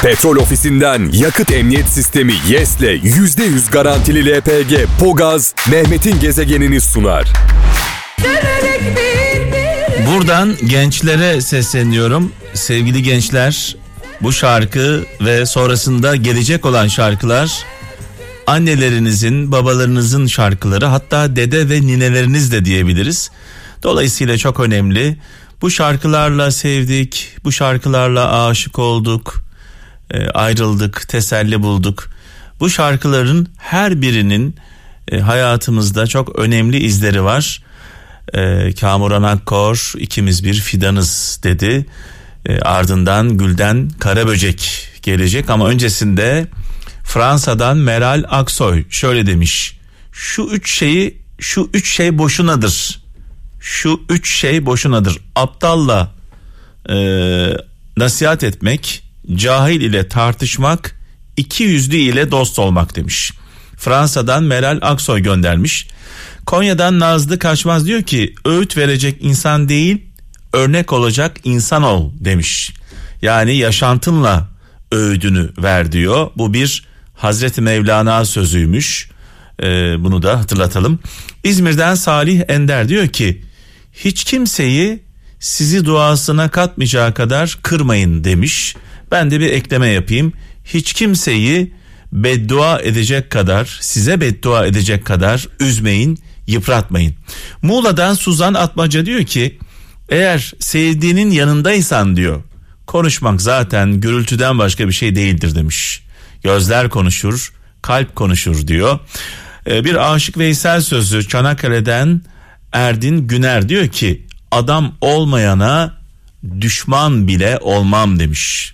Petrol Ofisi'nden yakıt emniyet sistemi YES'le %100 garantili LPG Pogaz, Mehmet'in gezegenini sunar. Buradan gençlere sesleniyorum. Sevgili gençler, bu şarkı ve sonrasında gelecek olan şarkılar annelerinizin, babalarınızın şarkıları, hatta dede ve nineleriniz de diyebiliriz. Dolayısıyla çok önemli. Bu şarkılarla sevdik, bu şarkılarla aşık olduk, ayrıldık, teselli bulduk. Bu şarkıların her birinin hayatımızda çok önemli izleri var. Kamuran Akkor ikimiz bir fidanız dedi. Ardından Gülden Karaböcek gelecek ama öncesinde Fransa'dan Meral Aksoy şöyle demiş: şu üç şey boşunadır. Şu üç şey boşunadır. Aptalla nasihat etmek, cahil ile tartışmak, ikiyüzlü ile dost olmak demiş. Fransa'dan Meral Aksoy göndermiş. Konya'dan Nazlı Kaçmaz diyor ki, öğüt verecek insan değil, örnek olacak insan ol demiş. Yani yaşantınla öğüdünü ver diyor. Bu bir Hazreti Mevlana sözüymüş. Bunu da hatırlatalım. İzmir'den Salih Ender diyor ki, hiç kimseyi sizi duasına katmayacağı kadar kırmayın demiş. Ben de bir ekleme yapayım. Hiç kimseyi beddua edecek kadar, size beddua edecek kadar üzmeyin, yıpratmayın. Muğla'dan Suzan Atmaca diyor ki, eğer sevdiğinin yanındaysan diyor, konuşmak zaten gürültüden başka bir şey değildir demiş. Gözler konuşur, kalp konuşur diyor. Bir Aşık Veysel sözü Çanakkale'den Erdin Güner diyor ki, adam olmayana düşman bile olmam demiş.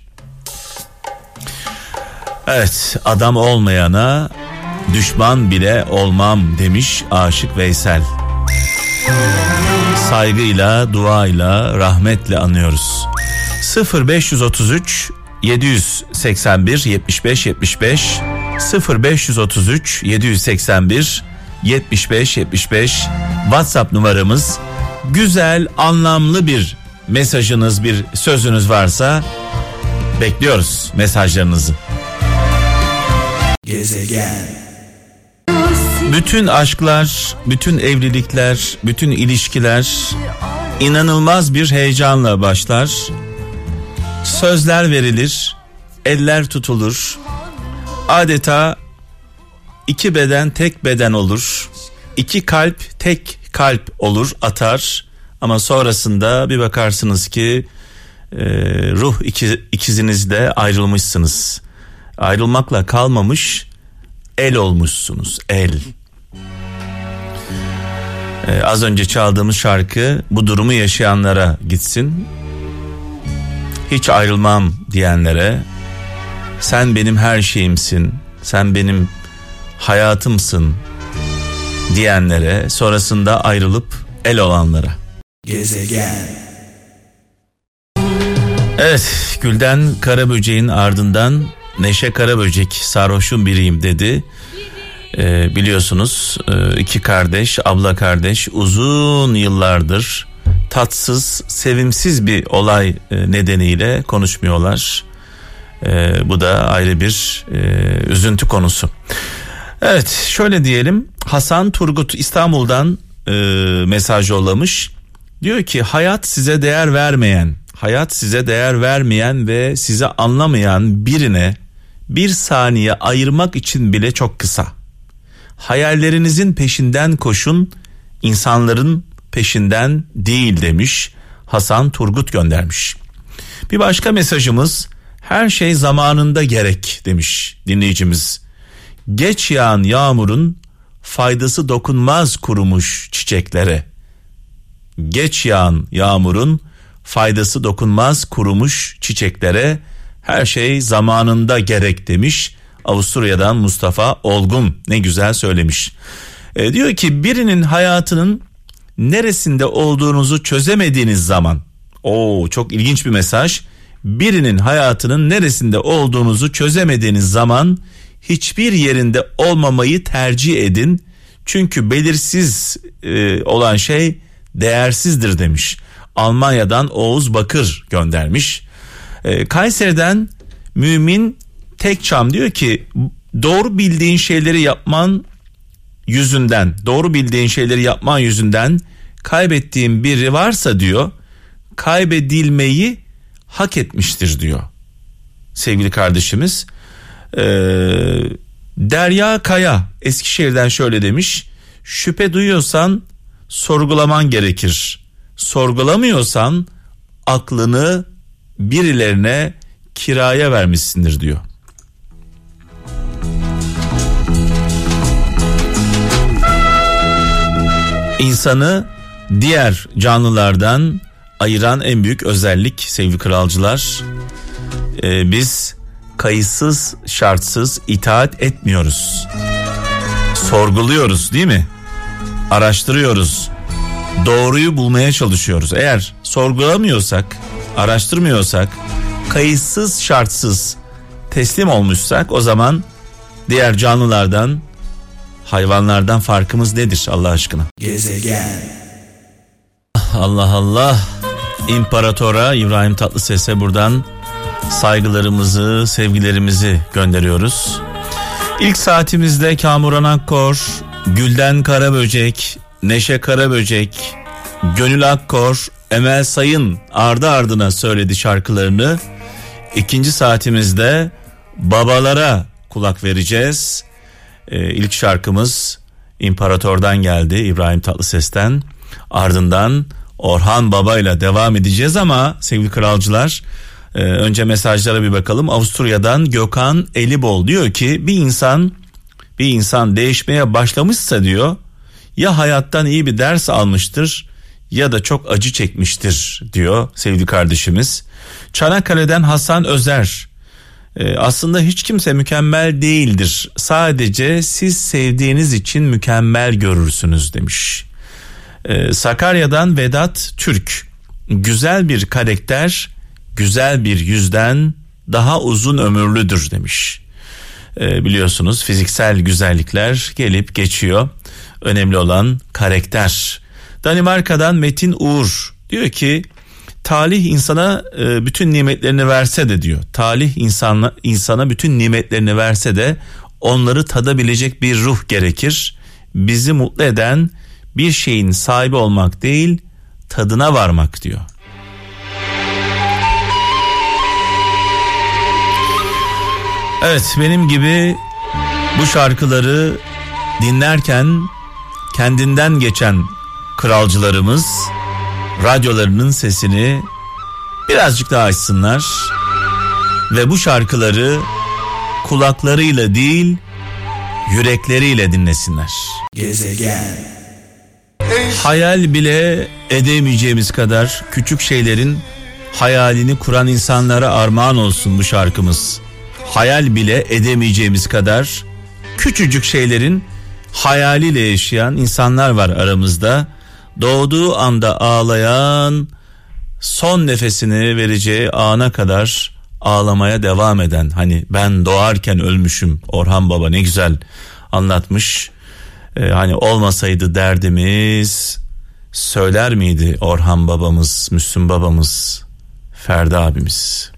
Evet, adam olmayana düşman bile olmam demiş Aşık Veysel. Saygıyla, duayla, rahmetle anıyoruz. 0533 781 75 75 0533 781 75 75 WhatsApp numaramız. Güzel, anlamlı bir mesajınız, bir sözünüz varsa bekliyoruz mesajlarınızı. Gezegen. Bütün aşklar, bütün evlilikler, bütün ilişkiler inanılmaz bir heyecanla başlar. Sözler verilir, eller tutulur. Adeta iki beden tek beden olur. İki kalp tek kalp olur, atar. Ama sonrasında bir bakarsınız ki ruh ikizinizle ayrılmışsınız. Ayrılmakla kalmamış, el olmuşsunuz, el. Az önce çaldığımız şarkı bu durumu yaşayanlara gitsin. Hiç ayrılmam diyenlere, sen benim her şeyimsin, sen benim hayatımsın diyenlere, sonrasında ayrılıp el olanlara. Gezegen. Evet, Gülden Karaböcek'in ardından Neşe Karaböcek sarhoşun biriyim dedi. Biliyorsunuz iki kardeş, abla kardeş uzun yıllardır tatsız, sevimsiz bir olay nedeniyle konuşmuyorlar. Bu da ayrı bir üzüntü konusu. Evet, şöyle diyelim, Hasan Turgut İstanbul'dan mesaj yollamış. Diyor ki, hayat size değer vermeyen ve sizi anlamayan birine bir saniye ayırmak için bile çok kısa. Hayallerinizin peşinden koşun, insanların peşinden değil demiş. Hasan Turgut göndermiş. Bir başka mesajımız, her şey zamanında gerek demiş dinleyicimiz. Geç yağan yağmurun faydası dokunmaz kurumuş çiçeklere. Geç yağan yağmurun faydası dokunmaz kurumuş çiçeklere, her şey zamanında gerek demiş. Avusturya'dan Mustafa Olgun ne güzel söylemiş. Diyor ki, birinin hayatının neresinde olduğunuzu çözemediğiniz zaman, çok ilginç bir mesaj. Birinin hayatının neresinde olduğunuzu çözemediğiniz zaman hiçbir yerinde olmamayı tercih edin. Çünkü belirsiz olan şey değersizdir demiş. Almanya'dan Oğuz Bakır göndermiş. Kayseri'den Mümin Tekçam diyor ki doğru bildiğin şeyleri yapman yüzünden kaybettiğin biri varsa diyor, kaybedilmeyi hak etmiştir diyor sevgili kardeşimiz. Derya Kaya Eskişehir'den şöyle demiş: şüphe duyuyorsan sorgulaman gerekir. Sorgulamıyorsan aklını birilerine kiraya vermişsindir diyor. İnsanı diğer canlılardan ayıran en büyük özellik sevgili kralcılar, biz kayıtsız şartsız itaat etmiyoruz. Sorguluyoruz, değil mi? Araştırıyoruz. Doğruyu bulmaya çalışıyoruz. Eğer sorgulamıyorsak, araştırmıyorsak, kayıtsız şartsız teslim olmuşsak, o zaman diğer canlılardan, hayvanlardan farkımız nedir Allah aşkına? Gezegen. Allah Allah. İmparatora İbrahim Tatlıses'e buradan saygılarımızı, sevgilerimizi gönderiyoruz. İlk saatimizde Kamuran Akkor, Gülden Karaböcek, Neşe Karaböcek, Gönül Akkor, Emel Sayın ardı ardına söyledi şarkılarını. İkinci saatimizde babalara kulak vereceğiz. İlk şarkımız İmparator'dan geldi, İbrahim Tatlıses'ten. Ardından Orhan Baba ile devam edeceğiz ama sevgili kralcılar, önce mesajlara bir bakalım. Avusturya'dan Gökhan Elibol diyor ki bir insan değişmeye başlamışsa diyor, ya hayattan iyi bir ders almıştır ya da çok acı çekmiştir diyor sevgili kardeşimiz. Çanakkale'den Hasan Özer, aslında hiç kimse mükemmel değildir, sadece siz sevdiğiniz için mükemmel görürsünüz demiş. Sakarya'dan Vedat Türk, güzel bir karakter güzel bir yüzden daha uzun ömürlüdür demiş. Biliyorsunuz fiziksel güzellikler gelip geçiyor, önemli olan karakter. Danimarka'dan Metin Uğur diyor ki talih insana bütün nimetlerini verse de diyor, talih insana bütün nimetlerini verse de onları tadabilecek bir ruh gerekir. Bizi mutlu eden bir şeyin sahibi olmak değil, tadına varmak diyor. Evet, benim gibi bu şarkıları dinlerken kendinden geçen kralcılarımız radyolarının sesini birazcık daha açsınlar ve bu şarkıları kulaklarıyla değil, yürekleriyle dinlesinler. Gezegen. Hayal bile edemeyeceğimiz kadar küçük şeylerin hayalini kuran insanlara armağan olsun bu şarkımız. Hayal bile edemeyeceğimiz kadar küçücük şeylerin hayaliyle yaşayan insanlar var aramızda. Doğduğu anda ağlayan, son nefesini vereceği ana kadar ağlamaya devam eden, hani ben doğarken ölmüşüm, Orhan Baba ne güzel anlatmış. Hani olmasaydı derdimiz, söyler miydi Orhan babamız, Müslüm babamız, Ferdi abimiz?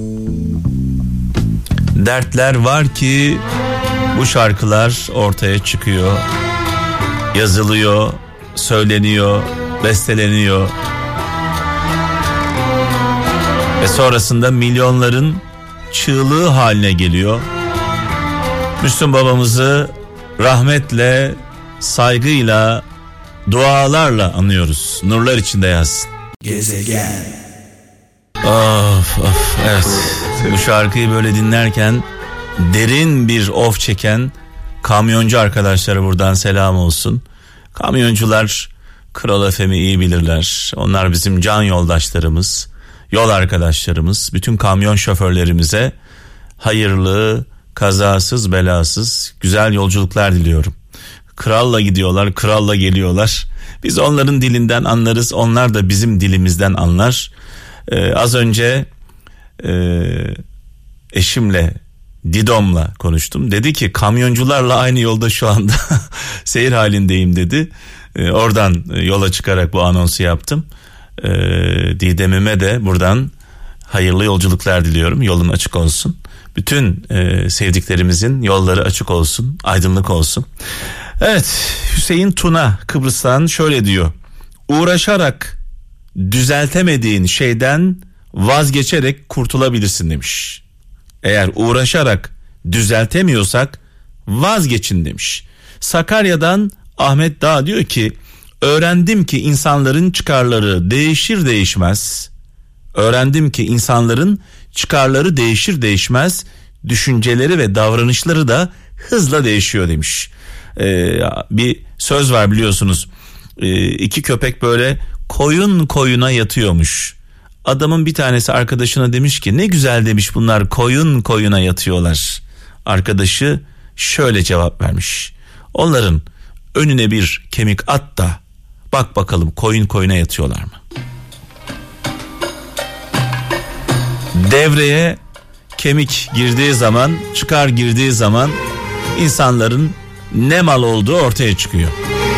Dertler var ki bu şarkılar ortaya çıkıyor, yazılıyor, söyleniyor, besteleniyor ve sonrasında milyonların çığlığı haline geliyor. Müslüm babamızı rahmetle, saygıyla, dualarla anıyoruz. Nurlar içinde yatsın. Gezegen. Of of, evet. Bu şarkıyı böyle dinlerken derin bir of çeken kamyoncu arkadaşlara buradan selam olsun. Kamyoncular Kral FM'i iyi bilirler. Onlar bizim can yoldaşlarımız, yol arkadaşlarımız. Bütün kamyon şoförlerimize hayırlı, kazasız belasız güzel yolculuklar diliyorum. Kralla gidiyorlar, kralla geliyorlar. Biz onların dilinden anlarız, onlar da bizim dilimizden anlar. Az önce eşimle, Didom'la konuştum. Dedi ki kamyoncularla aynı yolda şu anda seyir halindeyim dedi. Oradan yola çıkarak bu anonsu yaptım. Didem'ime de buradan hayırlı yolculuklar diliyorum. Yolun açık olsun. Bütün sevdiklerimizin yolları açık olsun, aydınlık olsun. Evet, Hüseyin Tuna Kıbrıs'tan şöyle diyor. Uğraşarak düzeltemediğin şeyden vazgeçerek kurtulabilirsin demiş. Eğer uğraşarak düzeltemiyorsak vazgeçin demiş. Sakarya'dan Ahmet Dağ diyor ki, öğrendim ki insanların çıkarları değişir değişmez. Öğrendim ki insanların çıkarları değişir değişmez. Düşünceleri ve davranışları da hızla değişiyor demiş. Bir söz var biliyorsunuz. İki köpek böyle koyun koyuna yatıyormuş. Adamın bir tanesi arkadaşına demiş ki, ne güzel demiş, bunlar koyun koyuna yatıyorlar. Arkadaşı şöyle cevap vermiş. Onların önüne bir kemik at da bak bakalım koyun koyuna yatıyorlar mı? Devreye kemik girdiği zaman, çıkar girdiği zaman insanların ne mal olduğu ortaya çıkıyor.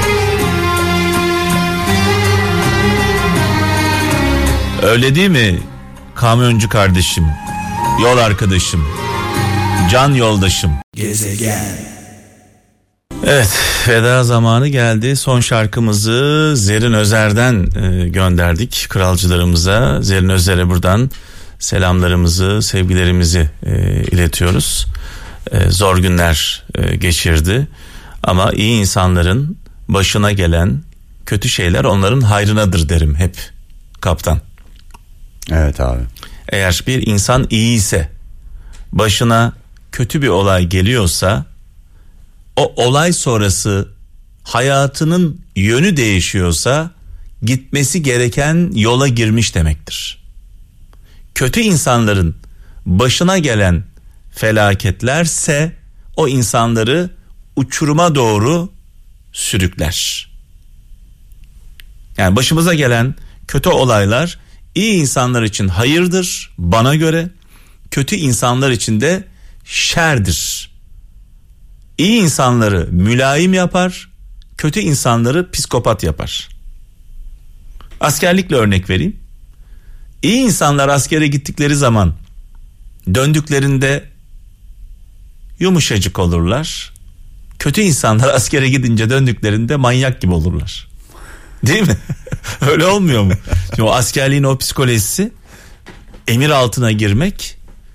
Öyle değil mi kamyoncu kardeşim, yol arkadaşım, can yoldaşım? Gezegen. Evet, veda zamanı geldi. Son şarkımızı Zerrin Özer'den gönderdik kralcılarımıza. Zerrin Özer'e buradan selamlarımızı, sevgilerimizi iletiyoruz. Zor günler geçirdi ama iyi insanların başına gelen kötü şeyler onların hayrınadır derim hep kaptan. Evet abi. Eğer bir insan iyi ise, başına kötü bir olay geliyorsa, o olay sonrası hayatının yönü değişiyorsa gitmesi gereken yola girmiş demektir. Kötü insanların başına gelen felaketlerse o insanları uçuruma doğru sürükler. Yani başımıza gelen kötü olaylar iyi insanlar için hayırdır bana göre, kötü insanlar için de şerdir. İyi insanları mülayim yapar, kötü insanları psikopat yapar. Askerlikle örnek vereyim. İyi insanlar askere gittikleri zaman döndüklerinde yumuşacık olurlar. Kötü insanlar askere gidince döndüklerinde manyak gibi olurlar. Değil mi? Öyle olmuyor mu? Şimdi o askerliğin o psikolojisi, emir altına girmek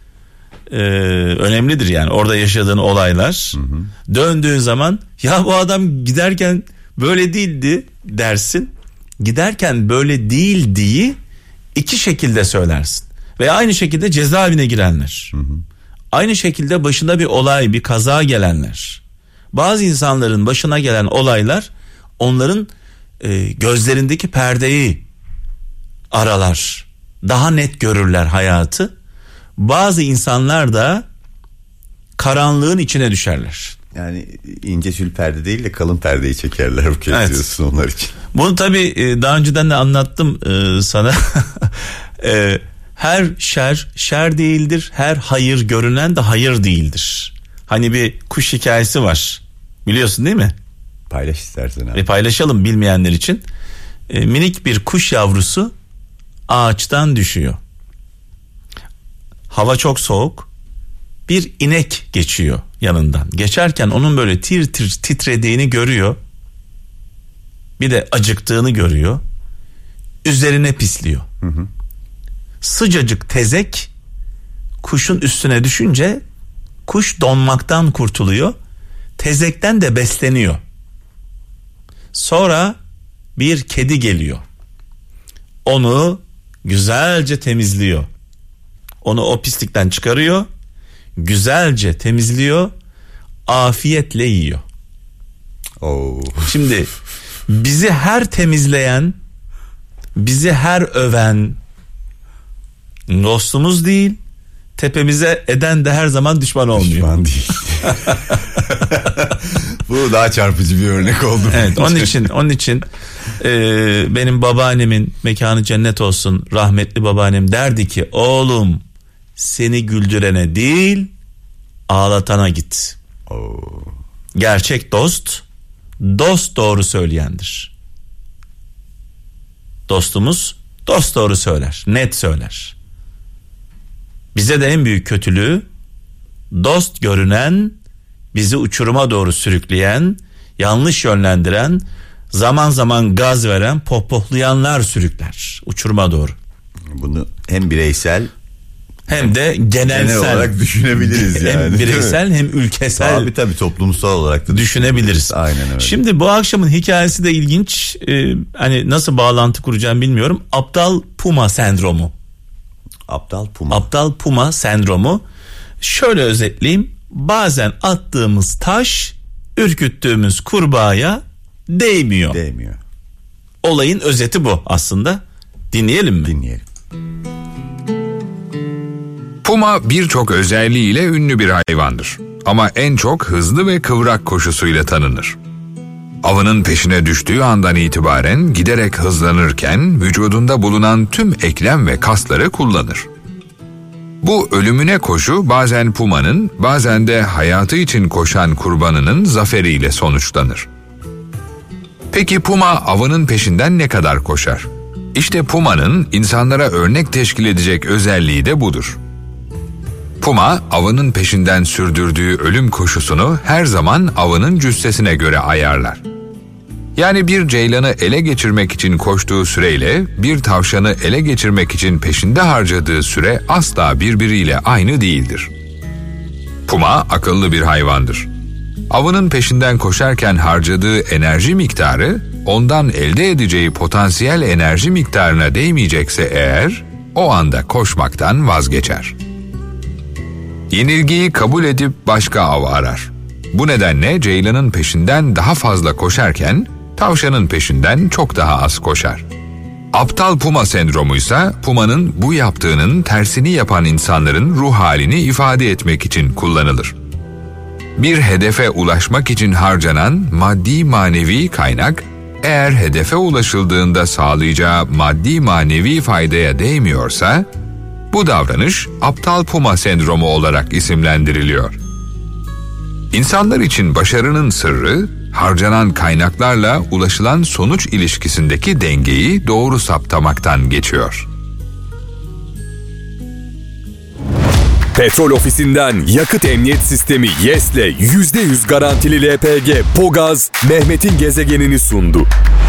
önemlidir yani. Orada yaşadığın olaylar. Döndüğün zaman ya bu adam giderken böyle değildi dersin. Giderken böyle değildiği iki şekilde söylersin. Ve aynı şekilde cezaevine girenler. Aynı şekilde başına bir olay, bir kaza gelenler. Bazı insanların başına gelen olaylar onların gözlerindeki perdeyi aralar. Daha net görürler hayatı. Bazı insanlar da karanlığın içine düşerler. Yani ince tül perde değil de kalın perdeyi çekerler bu kez, evet. Diyorsun onlar için. Bunu tabii daha önceden de anlattım sana. Her şer değildir. Her hayır görünen de hayır değildir. Hani bir kuş hikayesi var. Biliyorsun değil mi? Paylaş istersen abi. Paylaşalım bilmeyenler için. Minik bir kuş yavrusu ağaçtan düşüyor. Hava çok soğuk. Bir inek geçiyor yanından. Geçerken onun böyle tir tir titrediğini görüyor. Bir de acıktığını görüyor. Üzerine pisliyor. Sıcacık tezek kuşun üstüne düşünce kuş donmaktan kurtuluyor. Tezekten de besleniyor. Sonra bir kedi geliyor. Onu güzelce temizliyor. Onu o pislikten çıkarıyor. Güzelce temizliyor. Afiyetle yiyor. Şimdi bizi her temizleyen, bizi her öven dostumuz değil, tepemize eden de her zaman düşman olmuyor. Düşman değil. Bu daha çarpıcı bir örnek oldu. Evet, onun için benim babaannemin mekanı cennet olsun, rahmetli babaannem derdi ki, oğlum seni güldürene değil ağlatana git. Gerçek dost doğru söyleyendir. Dostumuz dost doğru söyler, net söyler. Bize de en büyük kötülüğü dost görünen, bizi uçuruma doğru sürükleyen, yanlış yönlendiren, zaman zaman gaz veren, pohpohlayanlar sürükler uçuruma doğru. Bunu hem bireysel hem de genel olarak düşünebiliriz yani. Hem bireysel hem ülkesel. Tabii toplumsal olarak da düşünebiliriz. Aynen öyle. Şimdi bu akşamın hikayesi de ilginç. Hani nasıl bağlantı kuracağım bilmiyorum. Aptal Puma sendromu. Aptal Puma sendromu. Şöyle özetleyeyim. Bazen attığımız taş ürküttüğümüz kurbağaya değmiyor. Olayın özeti bu aslında. Dinleyelim mi? Dinleyelim. Puma birçok özelliğiyle ünlü bir hayvandır. Ama en çok hızlı ve kıvrak koşusuyla tanınır. Avının peşine düştüğü andan itibaren giderek hızlanırken vücudunda bulunan tüm eklem ve kasları kullanır. Bu ölümüne koşu bazen pumanın, bazen de hayatı için koşan kurbanının zaferiyle sonuçlanır. Peki puma avının peşinden ne kadar koşar? İşte pumanın insanlara örnek teşkil edecek özelliği de budur. Puma, avının peşinden sürdürdüğü ölüm koşusunu her zaman avının cüssesine göre ayarlar. Yani bir ceylanı ele geçirmek için koştuğu süreyle bir tavşanı ele geçirmek için peşinde harcadığı süre asla birbiriyle aynı değildir. Puma akıllı bir hayvandır. Avının peşinden koşarken harcadığı enerji miktarı, ondan elde edeceği potansiyel enerji miktarına değmeyecekse eğer, o anda koşmaktan vazgeçer. Yenilgiyi kabul edip başka av arar. Bu nedenle ceylanın peşinden daha fazla koşarken, tavşanın peşinden çok daha az koşar. Aptal puma sendromuysa pumanın bu yaptığının tersini yapan insanların ruh halini ifade etmek için kullanılır. Bir hedefe ulaşmak için harcanan maddi manevi kaynak, eğer hedefe ulaşıldığında sağlayacağı maddi manevi faydaya değmiyorsa, bu davranış aptal puma sendromu olarak isimlendiriliyor. İnsanlar için başarının sırrı, harcanan kaynaklarla ulaşılan sonuç ilişkisindeki dengeyi doğru saptamaktan geçiyor. Petrol Ofisi'nden yakıt emniyet sistemi YES'le %100 garantili LPG Pogaz, Mehmet'in gezegenini sundu.